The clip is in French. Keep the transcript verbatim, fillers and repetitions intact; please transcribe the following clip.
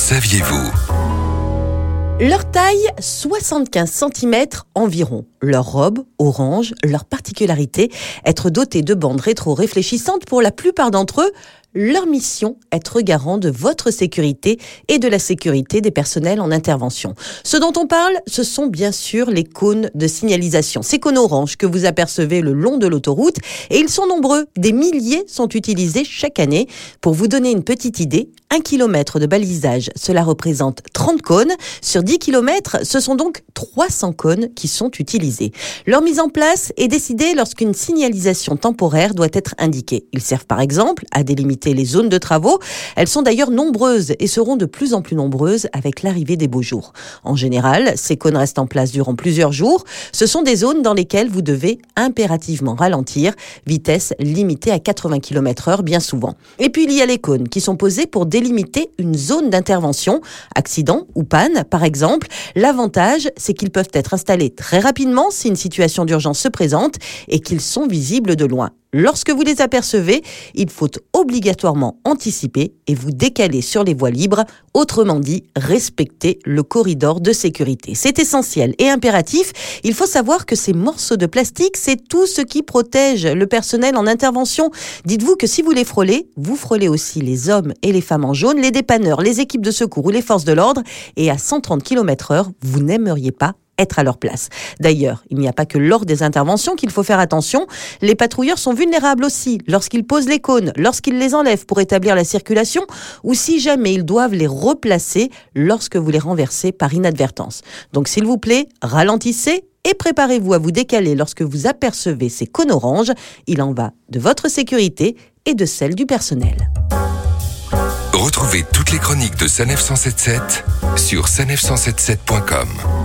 saviez-vous ? Leur taille, soixante-quinze centimètres environ. Leur robe, orange, leur particularité, être dotés de bandes rétro-réfléchissantes pour la plupart d'entre eux. Leur mission, être garant de votre sécurité et de la sécurité des personnels en intervention. Ce dont on parle, ce sont bien sûr les cônes de signalisation. Ces cônes orange que vous apercevez le long de l'autoroute, et ils sont nombreux. Des milliers sont utilisés chaque année. Pour vous donner une petite idée, un kilomètre de balisage, cela représente trente cônes. Sur dix kilomètres, ce sont donc trois cents cônes qui sont utilisés. Leur mise en place est décidée lorsqu'une signalisation temporaire doit être indiquée. Ils servent par exemple à délimiter les zones de travaux. Elles sont d'ailleurs nombreuses et seront de plus en plus nombreuses avec l'arrivée des beaux jours. En général, ces cônes restent en place durant plusieurs jours. Ce sont des zones dans lesquelles vous devez impérativement ralentir, vitesse limitée à quatre-vingts kilomètres heure bien souvent. Et puis il y a les cônes qui sont posés pour délimiter une zone d'intervention, accident ou panne par exemple. L'avantage, c'est qu'ils peuvent être installés très rapidement si une situation d'urgence se présente et qu'ils sont visibles de loin. Lorsque vous les apercevez, il faut obligatoirement anticiper et vous décaler sur les voies libres, autrement dit, respecter le corridor de sécurité. C'est essentiel et impératif. Il faut savoir que ces morceaux de plastique, c'est tout ce qui protège le personnel en intervention. Dites-vous que si vous les frôlez, vous frôlez aussi les hommes et les femmes en jaune, les dépanneurs, les équipes de secours ou les forces de l'ordre, et à cent trente kilomètres heure, vous n'aimeriez pas être à leur place. D'ailleurs, il n'y a pas que lors des interventions qu'il faut faire attention. Les patrouilleurs sont vulnérables aussi lorsqu'ils posent les cônes, lorsqu'ils les enlèvent pour établir la circulation ou si jamais ils doivent les replacer lorsque vous les renversez par inadvertance. Donc s'il vous plaît, ralentissez et préparez-vous à vous décaler lorsque vous apercevez ces cônes oranges. Il en va de votre sécurité et de celle du personnel. Retrouvez toutes les chroniques de Sanef cent soixante-dix-sept sur sanef cent soixante-dix-sept point com.